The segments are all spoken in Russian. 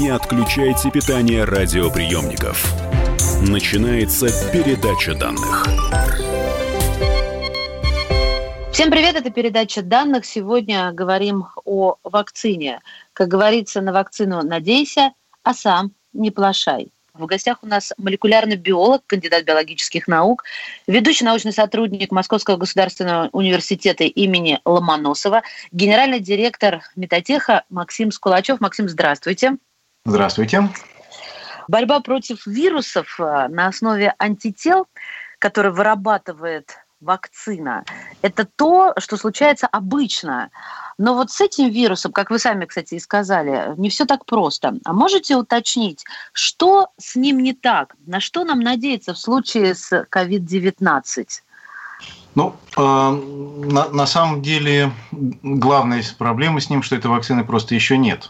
Не отключайте питание радиоприемников. Начинается передача данных. Всем привет, это передача данных. Сегодня говорим о вакцине. Как говорится, на вакцину надейся, а сам не плашай. В гостях у нас молекулярный биолог, кандидат биологических наук, ведущий научный сотрудник Московского государственного университета имени Ломоносова, генеральный директор Метатеха Максим Скулачев. Максим, здравствуйте. Здравствуйте. Борьба против вирусов на основе антител, которые вырабатывает вакцина, это то, что случается обычно. Но вот с этим вирусом, как вы сами, кстати, и сказали, не все так просто. А можете уточнить, что с ним не так? На что нам надеяться в случае с COVID-19? На самом деле, главная проблема с ним, что этой вакцины просто еще нет.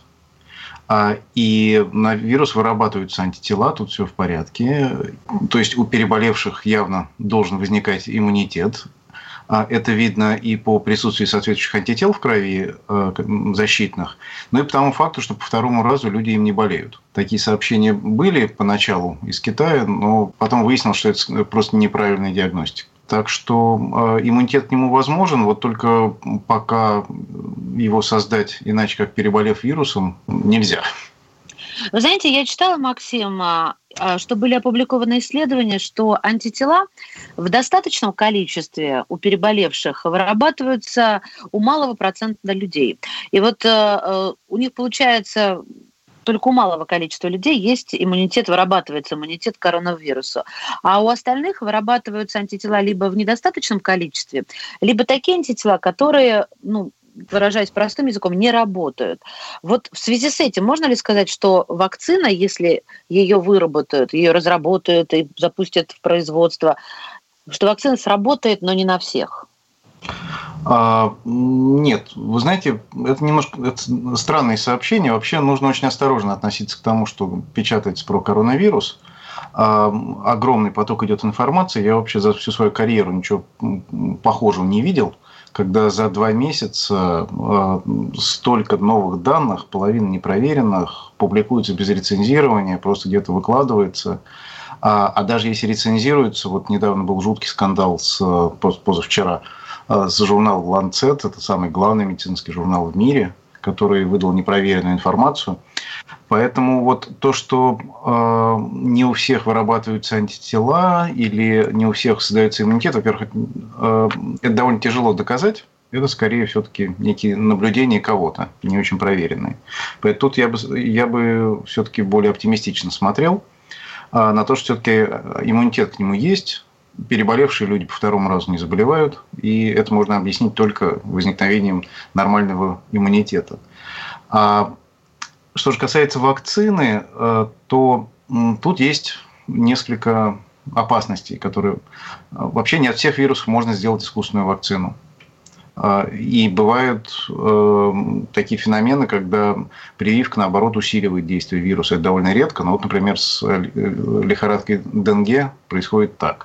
И на вирус вырабатываются антитела, тут все в порядке. То есть у переболевших явно должен возникать иммунитет. Это видно и по присутствию соответствующих антител в крови защитных, но и по тому факту, что по второму разу люди им не болеют. Такие сообщения были поначалу из Китая, но потом выяснилось, что это просто неправильная диагностика. Так что иммунитет к нему возможен, вот только пока его создать иначе, как переболев вирусом, нельзя. Вы знаете, я читала, Максим, что были опубликованы исследования, что антитела в достаточном количестве у переболевших вырабатываются у малого процента людей. И вот у них получается... Только у малого количества людей есть иммунитет, вырабатывается иммунитет к коронавирусу. А у остальных вырабатываются антитела либо в недостаточном количестве, либо такие антитела, которые, выражаясь простым языком, не работают. Вот в связи с этим можно ли сказать, что вакцина, если ее выработают, ее разработают и запустят в производство, что вакцина сработает, но не на всех? Нет, вы знаете, это странные сообщения. Вообще нужно очень осторожно относиться к тому, что печатается про коронавирус. Огромный поток идет информации. Я вообще за всю свою карьеру ничего похожего не видел, когда за 2 месяца столько новых данных, половина непроверенных, публикуется без рецензирования, просто где-то выкладывается. А даже если рецензируется, вот недавно был жуткий скандал позавчера, с журналом Lancet, это самый главный медицинский журнал в мире, который выдал непроверенную информацию. Поэтому вот то, что не у всех вырабатываются антитела или не у всех создается иммунитет, во-первых, это довольно тяжело доказать. Это скорее все-таки некие наблюдения кого-то, не очень проверенные. Поэтому тут я бы все-таки более оптимистично смотрел на то, что все-таки иммунитет к нему есть. Переболевшие люди по второму разу не заболевают, и это можно объяснить только возникновением нормального иммунитета. А что же касается вакцины, то тут есть несколько опасностей, которые... Вообще не от всех вирусов можно сделать искусственную вакцину. И бывают такие феномены, когда прививка, наоборот, усиливает действие вируса. Это довольно редко, но вот, например, с лихорадкой Денге происходит так.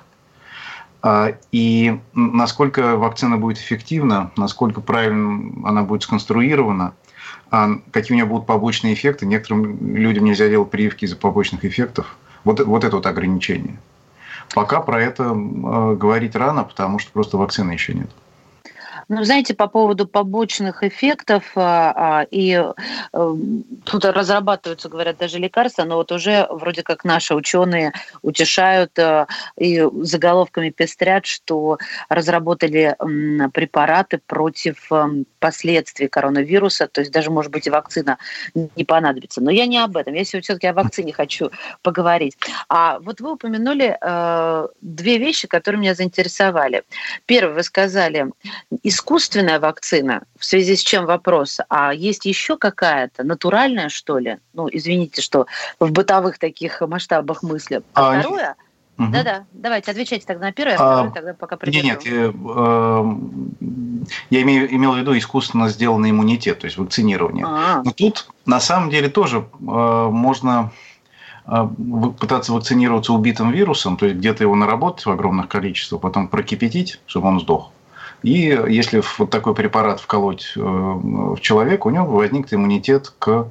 И насколько вакцина будет эффективна, насколько правильно она будет сконструирована, какие у нее будут побочные эффекты. Некоторым людям нельзя делать прививки из-за побочных эффектов. Вот это вот ограничение. Пока про это говорить рано, потому что просто вакцины еще нет. Знаете, по поводу побочных эффектов, и тут разрабатываются, говорят, даже лекарства, но вот уже вроде как наши ученые утешают и заголовками пестрят, что разработали препараты против последствий коронавируса, то есть даже, может быть, и вакцина не понадобится. Но я не об этом, я все-таки о вакцине хочу поговорить. А вот вы упомянули 2 вещи, которые меня заинтересовали. Первое, вы сказали, искусственная вакцина, в связи с чем вопрос, а есть еще какая-то натуральная, что ли? Извините, что в бытовых таких масштабах мысли. А второе? Угу. Да-да, давайте, отвечайте тогда на первое, а второе тогда пока придём. Нет, я имел в виду искусственно сделанный иммунитет, то есть вакцинирование. Но тут на самом деле тоже можно пытаться вакцинироваться убитым вирусом, то есть где-то его наработать в огромных количествах, потом прокипятить, чтобы он сдох. И если вот такой препарат вколоть в человека, у него возникнет иммунитет к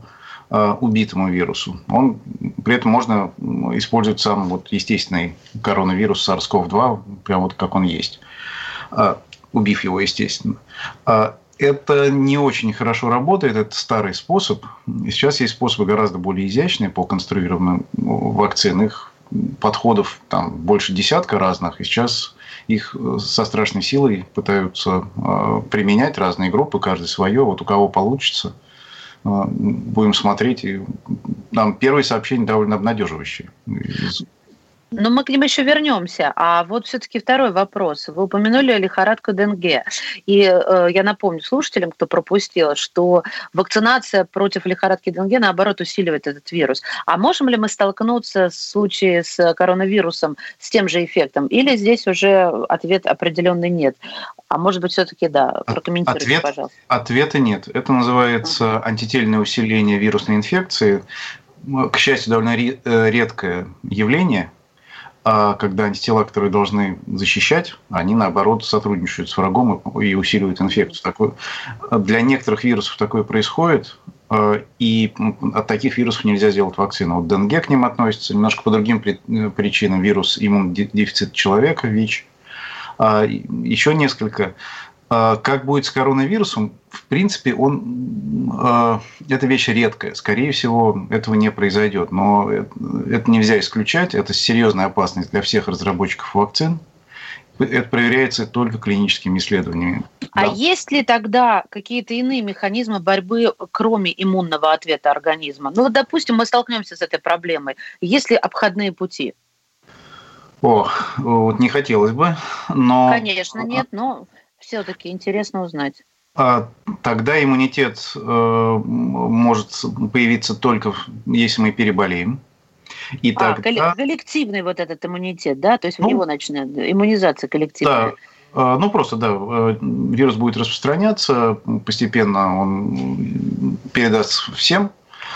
убитому вирусу. При этом можно использовать сам вот естественный коронавирус SARS-CoV-2, прямо вот как он есть, убив его, естественно. Это не очень хорошо работает, это старый способ. Сейчас есть способы гораздо более изящные по конструированию вакцин. Их подходов там больше десятка разных, и сейчас их со страшной силой пытаются применять разные группы, каждый свое. Вот у кого получится, будем смотреть. И там первые сообщения довольно обнадеживающие. Но мы к ним еще вернемся. А вот все-таки второй вопрос. Вы упомянули лихорадку Денге. И я напомню слушателям, кто пропустил, что вакцинация против лихорадки Денге, наоборот, усиливает этот вирус. А можем ли мы столкнуться в случае с коронавирусом с тем же эффектом? Или здесь уже ответ определенный нет? А может быть, все-таки да? Прокомментируйте, пожалуйста. Ответа нет. Это называется антительное усиление вирусной инфекции. К счастью, довольно редкое явление, когда антитела, которые должны защищать, они, наоборот, сотрудничают с врагом и усиливают инфекцию. Для некоторых вирусов такое происходит, и от таких вирусов нельзя сделать вакцину. Вот Денге к ним относится, немножко по другим причинам. Вирус иммунодефицита человека, ВИЧ. Еще несколько. Как будет с коронавирусом? В принципе, это вещь редкая. Скорее всего, этого не произойдет. Но это нельзя исключать. Это серьезная опасность для всех разработчиков вакцин. Это проверяется только клиническими исследованиями. А есть ли тогда какие-то иные механизмы борьбы, кроме иммунного ответа организма? Ну, вот, допустим, мы столкнемся с этой проблемой. Есть ли обходные пути? Вот не хотелось бы, но... Конечно, нет, но все-таки интересно узнать. Тогда иммунитет может появиться только если мы переболеем. И тогда... Коллективный вот этот иммунитет, да? То есть в него начинает иммунизация коллективная. Да. Вирус будет распространяться, постепенно он передаст всем,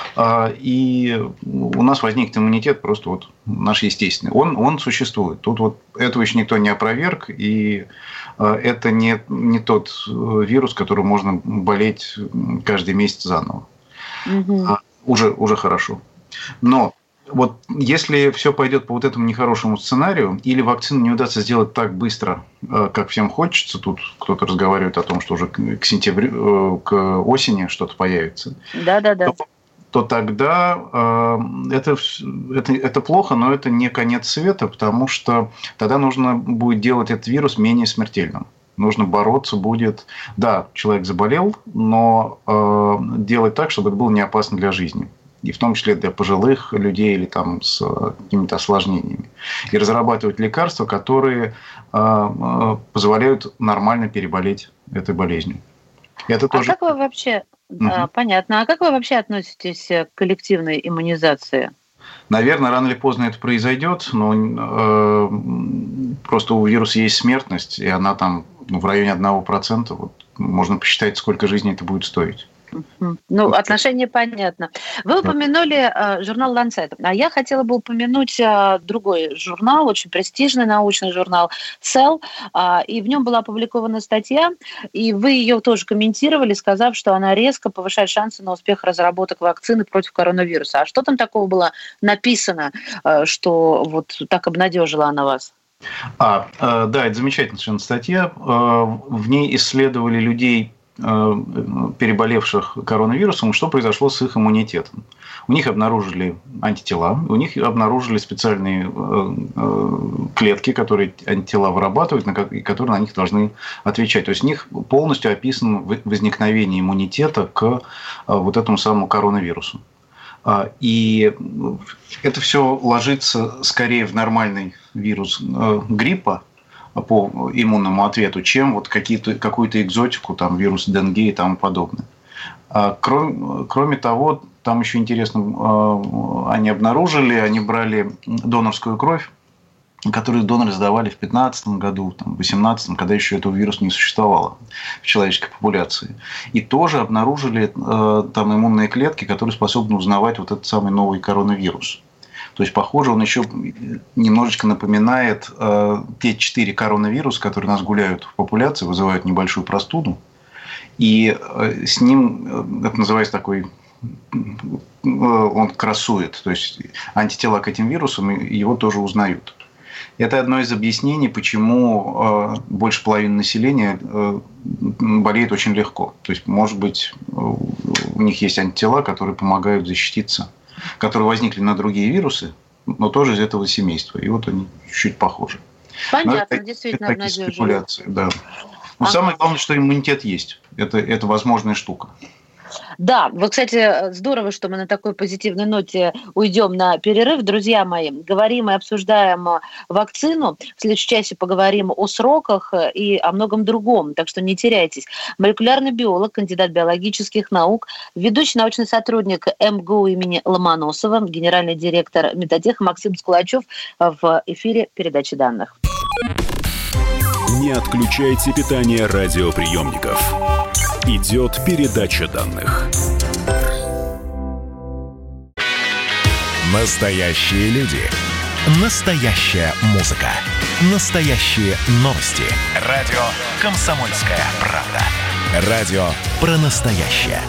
и у нас возникнет иммунитет просто вот наш естественный. Он существует. Тут вот этого еще никто не опроверг, и это не тот вирус, которым можно болеть каждый месяц заново. Угу. Уже хорошо. Но вот если все пойдет по вот этому нехорошему сценарию, или вакцину не удастся сделать так быстро, как всем хочется, тут кто-то разговаривает о том, что уже к сентябрю, к осени что-то появится. Да. То тогда это плохо, но это не конец света, потому что тогда нужно будет делать этот вирус менее смертельным. Нужно бороться будет... Да, человек заболел, но делать так, чтобы это было не опасно для жизни. И в том числе для пожилых людей или там с какими-то осложнениями. И разрабатывать лекарства, которые позволяют нормально переболеть этой болезнью. Это тоже... Как вы вообще... Понятно. А как вы вообще относитесь к коллективной иммунизации? Наверное, рано или поздно это произойдет, но просто у вируса есть смертность, и она там в районе 1%. Вот, можно посчитать, сколько жизней это будет стоить. Ну, отношение понятно. Вы упомянули журнал «Ланцет», а я хотела бы упомянуть другой журнал, очень престижный научный журнал «Cell», и в нем была опубликована статья, и вы ее тоже комментировали, сказав, что она резко повышает шансы на успех разработок вакцины против коронавируса. А что там такого было написано, что вот так обнадежила она вас? Да, это замечательная совершенно статья. В ней исследовали людей, переболевших коронавирусом, что произошло с их иммунитетом. У них обнаружили антитела, у них обнаружили специальные клетки, которые антитела вырабатывают, и которые на них должны отвечать. То есть у них полностью описано возникновение иммунитета к вот этому самому коронавирусу. И это все ложится скорее в нормальный вирус гриппа по иммунному ответу, чем вот какую-то экзотику, там, вирус Денге и тому подобное. Кроме того, там еще интересно, они брали донорскую кровь, которую доноры сдавали в 2015 году, в 2018, когда еще этого вируса не существовало в человеческой популяции. И тоже обнаружили там иммунные клетки, которые способны узнавать вот этот самый новый коронавирус. То есть, похоже, он еще немножечко напоминает те 4 коронавируса, которые у нас гуляют в популяции, вызывают небольшую простуду. И с ним, это называется такой он красует, то есть антитела к этим вирусам, его тоже узнают. Это одно из объяснений, почему больше половины населения болеет очень легко. То есть, может быть, у них есть антитела, которые помогают защититься, которые возникли на другие вирусы, но тоже из этого семейства. И вот они чуть-чуть похожи. Понятно, действительно обнадеживает. Спекуляции, да. Но самое главное, что иммунитет есть. Это возможная штука. Да, вот, кстати, здорово, что мы на такой позитивной ноте уйдем на перерыв. Друзья мои, говорим и обсуждаем вакцину. В следующем часе поговорим о сроках и о многом другом, так что не теряйтесь. Молекулярный биолог, кандидат биологических наук, ведущий научный сотрудник МГУ имени Ломоносова, генеральный директор Метатеха Максим Скулачев в эфире передачи данных. Не отключайте питание радиоприемников. Идет передача данных. Настоящие люди. Настоящая музыка. Настоящие новости. Радио «Комсомольская правда». Радио про настоящее.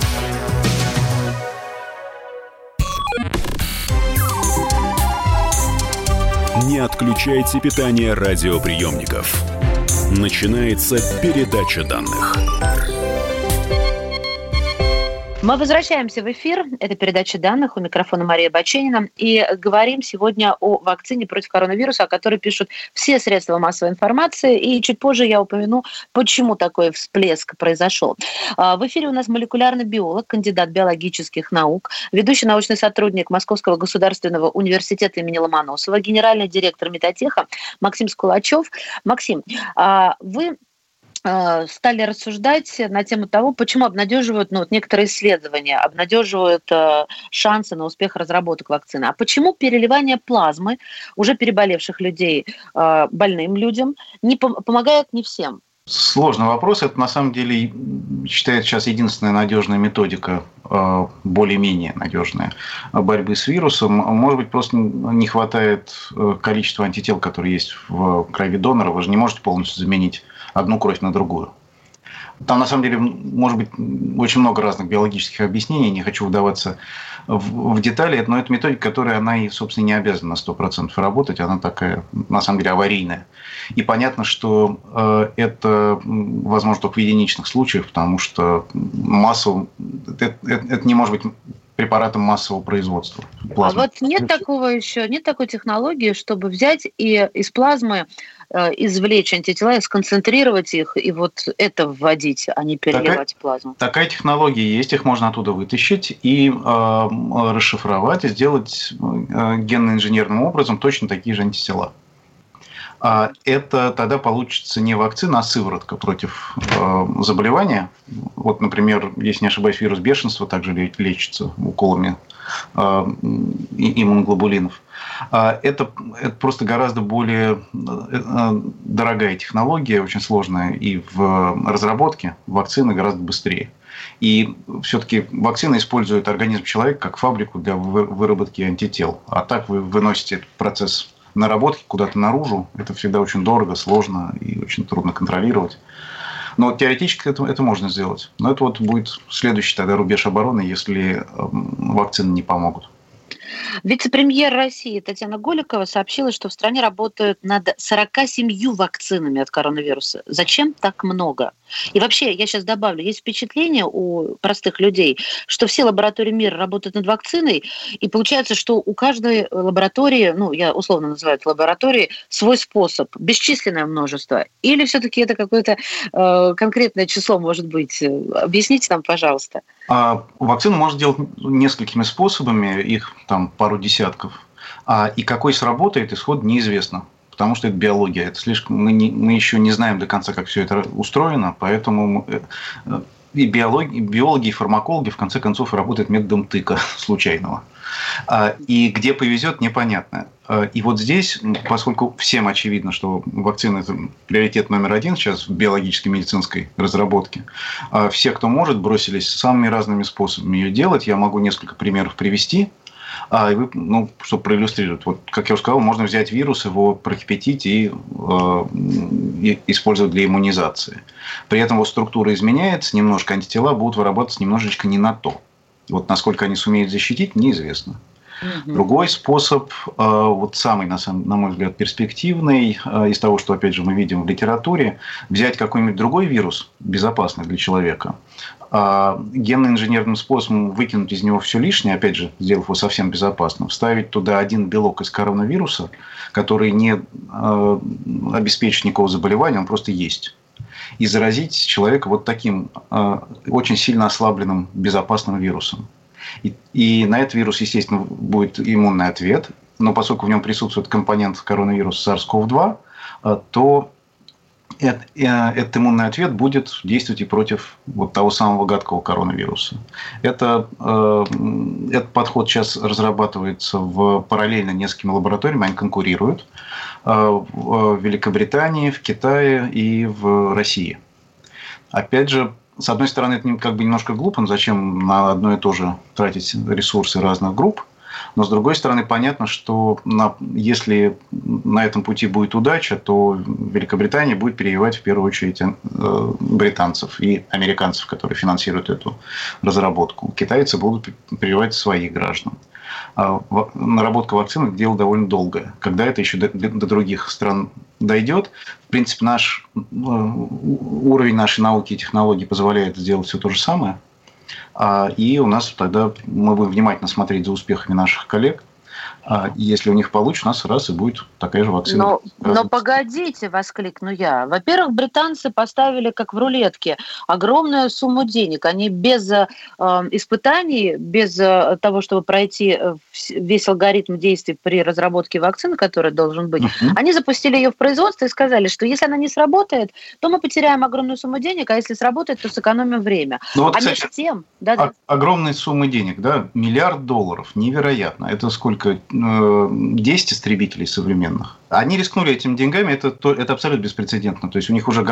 Не отключайте питание радиоприемников. Начинается передача данных. Мы возвращаемся в эфир. Это передача данных. У микрофона Мария Баченина. И говорим сегодня о вакцине против коронавируса, о которой пишут все средства массовой информации. И чуть позже я упомяну, почему такой всплеск произошел. В эфире у нас молекулярный биолог, кандидат биологических наук, ведущий научный сотрудник Московского государственного университета имени Ломоносова, генеральный директор Метатеха Максим Скулачев. Максим, вы стали рассуждать на тему того, почему обнадеживают некоторые исследования, обнадеживают шансы на успех разработок вакцины. А почему переливание плазмы уже переболевших людей больным людям не помогает не всем? Сложный вопрос. Это на самом деле считается сейчас единственная надежная методика, более-менее надежная, борьбы с вирусом. Может быть, просто не хватает количества антител, которые есть в крови донора. Вы же не можете полностью заменить одну кровь на другую. Там, на самом деле, может быть очень много разных биологических объяснений, не хочу вдаваться в детали, но это методика, которая, она и, собственно, не обязана на 100% работать, она такая, на самом деле, аварийная. И понятно, что это возможно только в единичных случаях, потому что массово, это не может быть препаратом массового производства плазмы. А вот нет такой технологии, чтобы взять и из плазмы извлечь антитела, сконцентрировать их и вот это вводить, а не переливать плазму. Такая технология есть, их можно оттуда вытащить и расшифровать, и сделать генно-инженерным образом точно такие же антитела. Это тогда получится не вакцина, а сыворотка против заболевания. Вот, например, если не ошибаюсь, вирус бешенства также лечится уколами иммуноглобулинов. Это просто гораздо более дорогая технология, очень сложная, и в разработке вакцины гораздо быстрее. И все-таки вакцина использует организм человека как фабрику для выработки антител. А так вы выносите этот процесс наработки куда-то наружу. Это всегда очень дорого, сложно и очень трудно контролировать. Но теоретически это можно сделать. Но это вот будет следующий тогда рубеж обороны, если вакцины не помогут. Вице-премьер России Татьяна Голикова сообщила, что в стране работают над 47 вакцинами от коронавируса. Зачем так много? И вообще, я сейчас добавлю, есть впечатление у простых людей, что все лаборатории мира работают над вакциной, и получается, что у каждой лаборатории, я условно называю это лабораторией, свой способ, бесчисленное множество. Или все-таки это какое-то конкретное число может быть? Объясните нам, пожалуйста. Вакцину можно делать несколькими способами, их там пару десятков. И какой сработает, исход неизвестно. Потому что это биология. Это слишком мы еще не знаем до конца, как все это устроено, поэтому и биологи, и фармакологи в конце концов работают методом тыка случайного. И где повезет, непонятно. И вот здесь, поскольку всем очевидно, что вакцина – это приоритет номер один сейчас в биологической медицинской разработке, все, кто может, бросились самыми разными способами ее делать. Я могу несколько примеров привести. И вы, чтобы проиллюстрировать, вот, как я уже сказал, можно взять вирус, его прокипятить и использовать для иммунизации. При этом его структура изменяется, немножко антитела будут вырабатываться немножечко не на то. Вот насколько они сумеют защитить, неизвестно. Другой способ, вот самый, на мой взгляд, перспективный, из того, что, опять же, мы видим в литературе, взять какой-нибудь другой вирус, безопасный для человека, генно-инженерным способом выкинуть из него все лишнее, опять же, сделав его совсем безопасным, вставить туда один белок из коронавируса, который не обеспечит никакого заболевания, он просто есть, и заразить человека вот таким очень сильно ослабленным безопасным вирусом. И на этот вирус, естественно, будет иммунный ответ, но поскольку в нем присутствует компонент коронавируса SARS-CoV-2, то этот иммунный ответ будет действовать и против вот того самого гадкого коронавируса. Этот подход сейчас разрабатывается параллельно несколькими лабораториями, они конкурируют в Великобритании, в Китае и в России. Опять же, с одной стороны, это как бы немножко глупо, но зачем на одно и то же тратить ресурсы разных групп? Но, с другой стороны, понятно, что если на этом пути будет удача, то Великобритания будет переевать в первую очередь британцев и американцев, которые финансируют эту разработку. Китайцы будут переевать своих граждан. Наработка вакцины – дело довольно долгое. Когда это еще до других стран дойдет, в принципе, уровень нашей науки и технологий позволяет сделать все то же самое. И у нас тогда мы будем внимательно смотреть за успехами наших коллег. Если у них получится, у нас раз и будет такая же вакцина. Но погодите, воскликну я. Во-первых, британцы поставили, как в рулетке, огромную сумму денег. Они без испытаний, без того, чтобы пройти весь алгоритм действий при разработке вакцины, который должен быть, они запустили ее в производство и сказали, что если она не сработает, то мы потеряем огромную сумму денег, а если сработает, то сэкономим время. Ну, вот, кстати, огромные суммы денег, да, $1 миллиард, невероятно. Это сколько? 10 истребителей современных. Они рискнули этими деньгами, это абсолютно беспрецедентно. То есть у них уже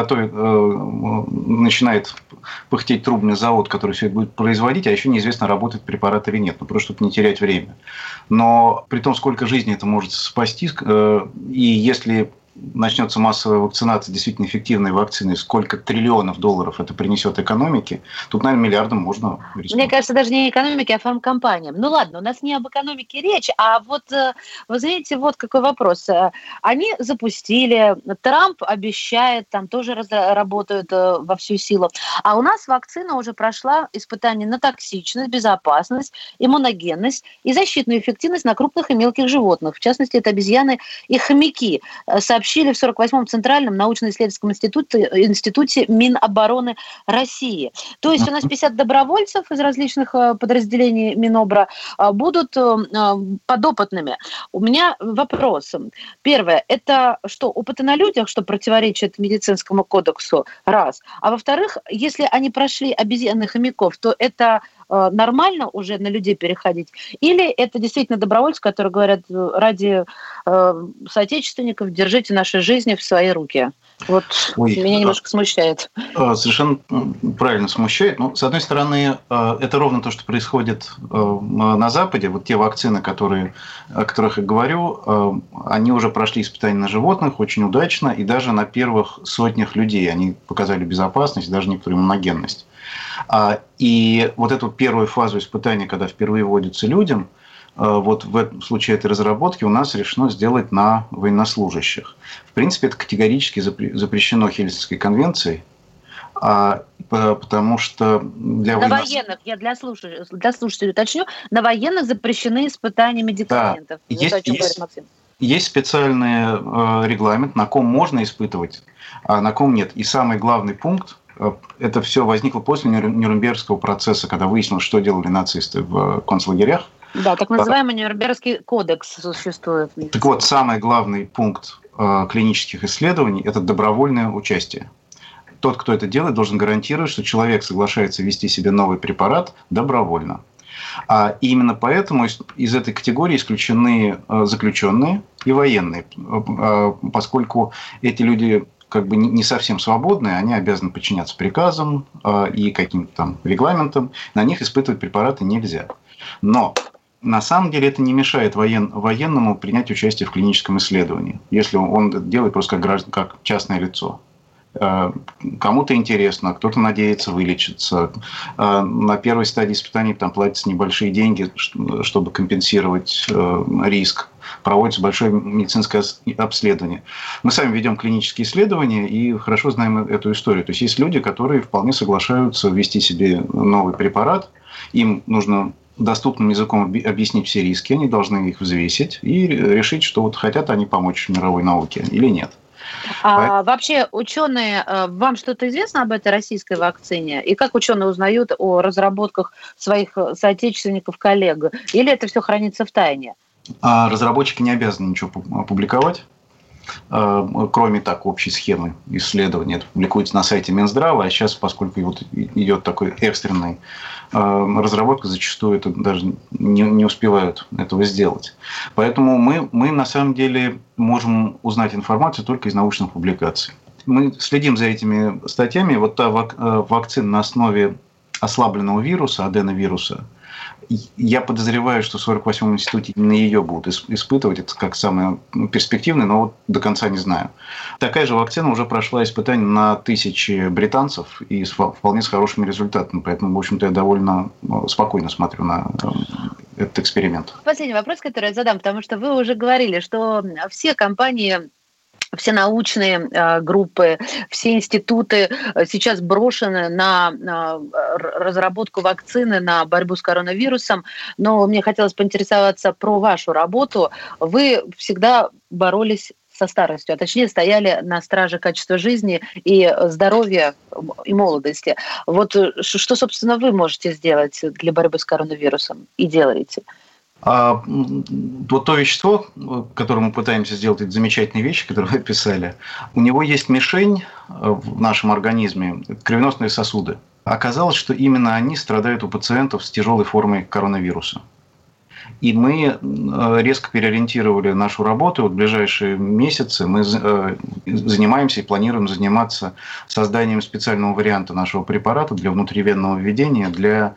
начинает пыхтеть трубный завод, который все это будет производить, а еще неизвестно, работает препарат или нет, просто чтобы не терять время. Но при том, сколько жизней это может спасти, и если начнется массовая вакцинация действительно эффективной вакцины, сколько триллионов долларов это принесет экономике, тут, наверное, миллиардом можно рискнуть. Мне кажется, даже не экономике, а фармкомпаниям. Ну ладно, у нас не об экономике речь, а вот, вы знаете, вот какой вопрос. Они запустили, Трамп обещает, там тоже работают во всю силу, а у нас вакцина уже прошла испытания на токсичность, безопасность, иммуногенность и защитную эффективность на крупных и мелких животных. В частности, это обезьяны и хомяки. Сообщили в 48-м Центральном научно-исследовательском институте Минобороны России. То есть у нас 50 добровольцев из различных подразделений Минобра будут подопытными. У меня вопрос. Первое, это что, опыты на людях, что противоречит медицинскому кодексу? Раз. А во-вторых, если они прошли обезьян и хомяков, то это нормально уже на людей переходить? Или это действительно добровольцы, которые говорят, ради соотечественников держите наши жизни в свои руки? Вот меня немножко смущает. Совершенно правильно смущает. Ну, с одной стороны, это ровно то, что происходит на Западе. Вот те вакцины, о которых я говорю, они уже прошли испытания на животных очень удачно, и даже на первых сотнях людей они показали безопасность, даже некоторую иммуногенность. И вот эту первую фазу испытаний, когда впервые вводится людям, вот в случае этой разработки у нас решено сделать на военнослужащих. В принципе, это категорически запрещено Хельсинкской конвенцией, потому что для военных, я для слушателей уточню, на военных запрещены испытания медикаментов. Да. Есть специальный регламент, на ком можно испытывать, а на ком нет. И самый главный пункт, это все возникло после Нюрнбергского процесса, когда выяснилось, что делали нацисты в концлагерях. Да, так называемый Нюрнбергский кодекс существует. Так вот, самый главный пункт клинических исследований – это добровольное участие. Тот, кто это делает, должен гарантировать, что человек соглашается ввести себе новый препарат добровольно. И именно поэтому из этой категории исключены заключенные и военные, поскольку эти люди как бы не совсем свободные, они обязаны подчиняться приказам и каким-то там регламентам, на них испытывать препараты нельзя. Но на самом деле это не мешает военному принять участие в клиническом исследовании, если он это делает просто как частное лицо. Кому-то интересно, кто-то надеется вылечиться. На первой стадии испытаний там платятся небольшие деньги, чтобы компенсировать риск. Проводится большое медицинское обследование. Мы сами ведем клинические исследования и хорошо знаем эту историю. То есть есть люди, которые вполне соглашаются ввести себе новый препарат. Им нужно доступным языком объяснить все риски, они должны их взвесить и решить, что вот хотят они помочь мировой науке или нет. Вообще, ученые, вам что-то известно об этой российской вакцине? И как ученые узнают о разработках своих соотечественников, коллег? Или это все хранится в тайне? Разработчики не обязаны ничего публиковать, кроме так общей схемы исследования. Это публикуется на сайте Минздрава, а сейчас, поскольку вот идет такой экстренный разработка, зачастую это даже не успевают этого сделать. Поэтому мы на самом деле можем узнать информацию только из научных публикаций. Мы следим за этими статьями. Вот та вакцина на основе ослабленного вируса, аденовируса, я подозреваю, что в 48-м институте именно ее будут испытывать. Это как самое перспективное, но вот до конца не знаю. Такая же вакцина уже прошла испытания на 1000 британцев и вполне с хорошими результатами. Поэтому, в общем-то, я довольно спокойно смотрю на этот эксперимент. Последний вопрос, который я задам, потому что вы уже говорили, что все компании, все научные группы, все институты сейчас брошены на разработку вакцины, на борьбу с коронавирусом. Но мне хотелось поинтересоваться про вашу работу. Вы всегда боролись со старостью, а точнее стояли на страже качества жизни и здоровья и молодости. Вот что, собственно, вы можете сделать для борьбы с коронавирусом и делаете? Вот то вещество, которое мы пытаемся сделать, эти замечательные вещи, которые вы описали, у него есть мишень в нашем организме, кровеносные сосуды. Оказалось, что именно они страдают у пациентов с тяжелой формой коронавируса. И мы резко переориентировали нашу работу. Вот в ближайшие месяцы мы занимаемся и планируем заниматься созданием специального варианта нашего препарата для внутривенного введения для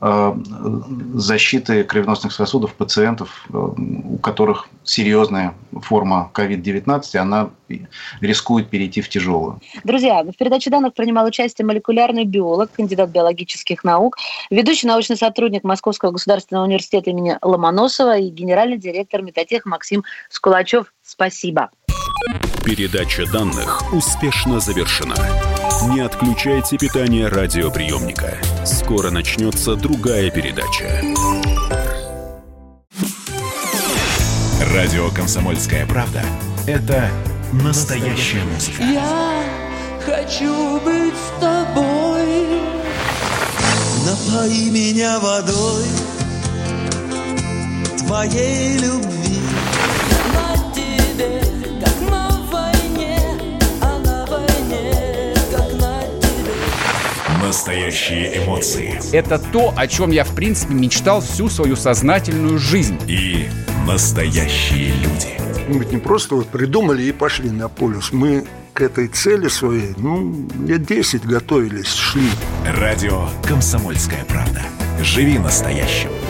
защиты кровеносных сосудов пациентов, у которых серьезная форма COVID-19, она рискует перейти в тяжелую. Друзья, в передаче данных принимал участие молекулярный биолог, кандидат биологических наук, ведущий научный сотрудник Московского государственного университета имени Ломоносова и генеральный директор Метатех Максим Скулачев. Спасибо. Передача данных успешно завершена. Не отключайте питание радиоприемника. Скоро начнется другая передача. Радио «Комсомольская правда» — это настоящая музыка. Я хочу быть с тобой. Напои меня водой твоей любви. На тебе, как на войне, а на войне, как на тебе. Настоящие эмоции. Это то, о чем я, в принципе, мечтал всю свою сознательную жизнь. И настоящие люди. Мы ведь не просто вот придумали и пошли на полюс. Мы к этой цели своей, лет 10 готовились, шли. Радио «Комсомольская правда». Живи настоящим.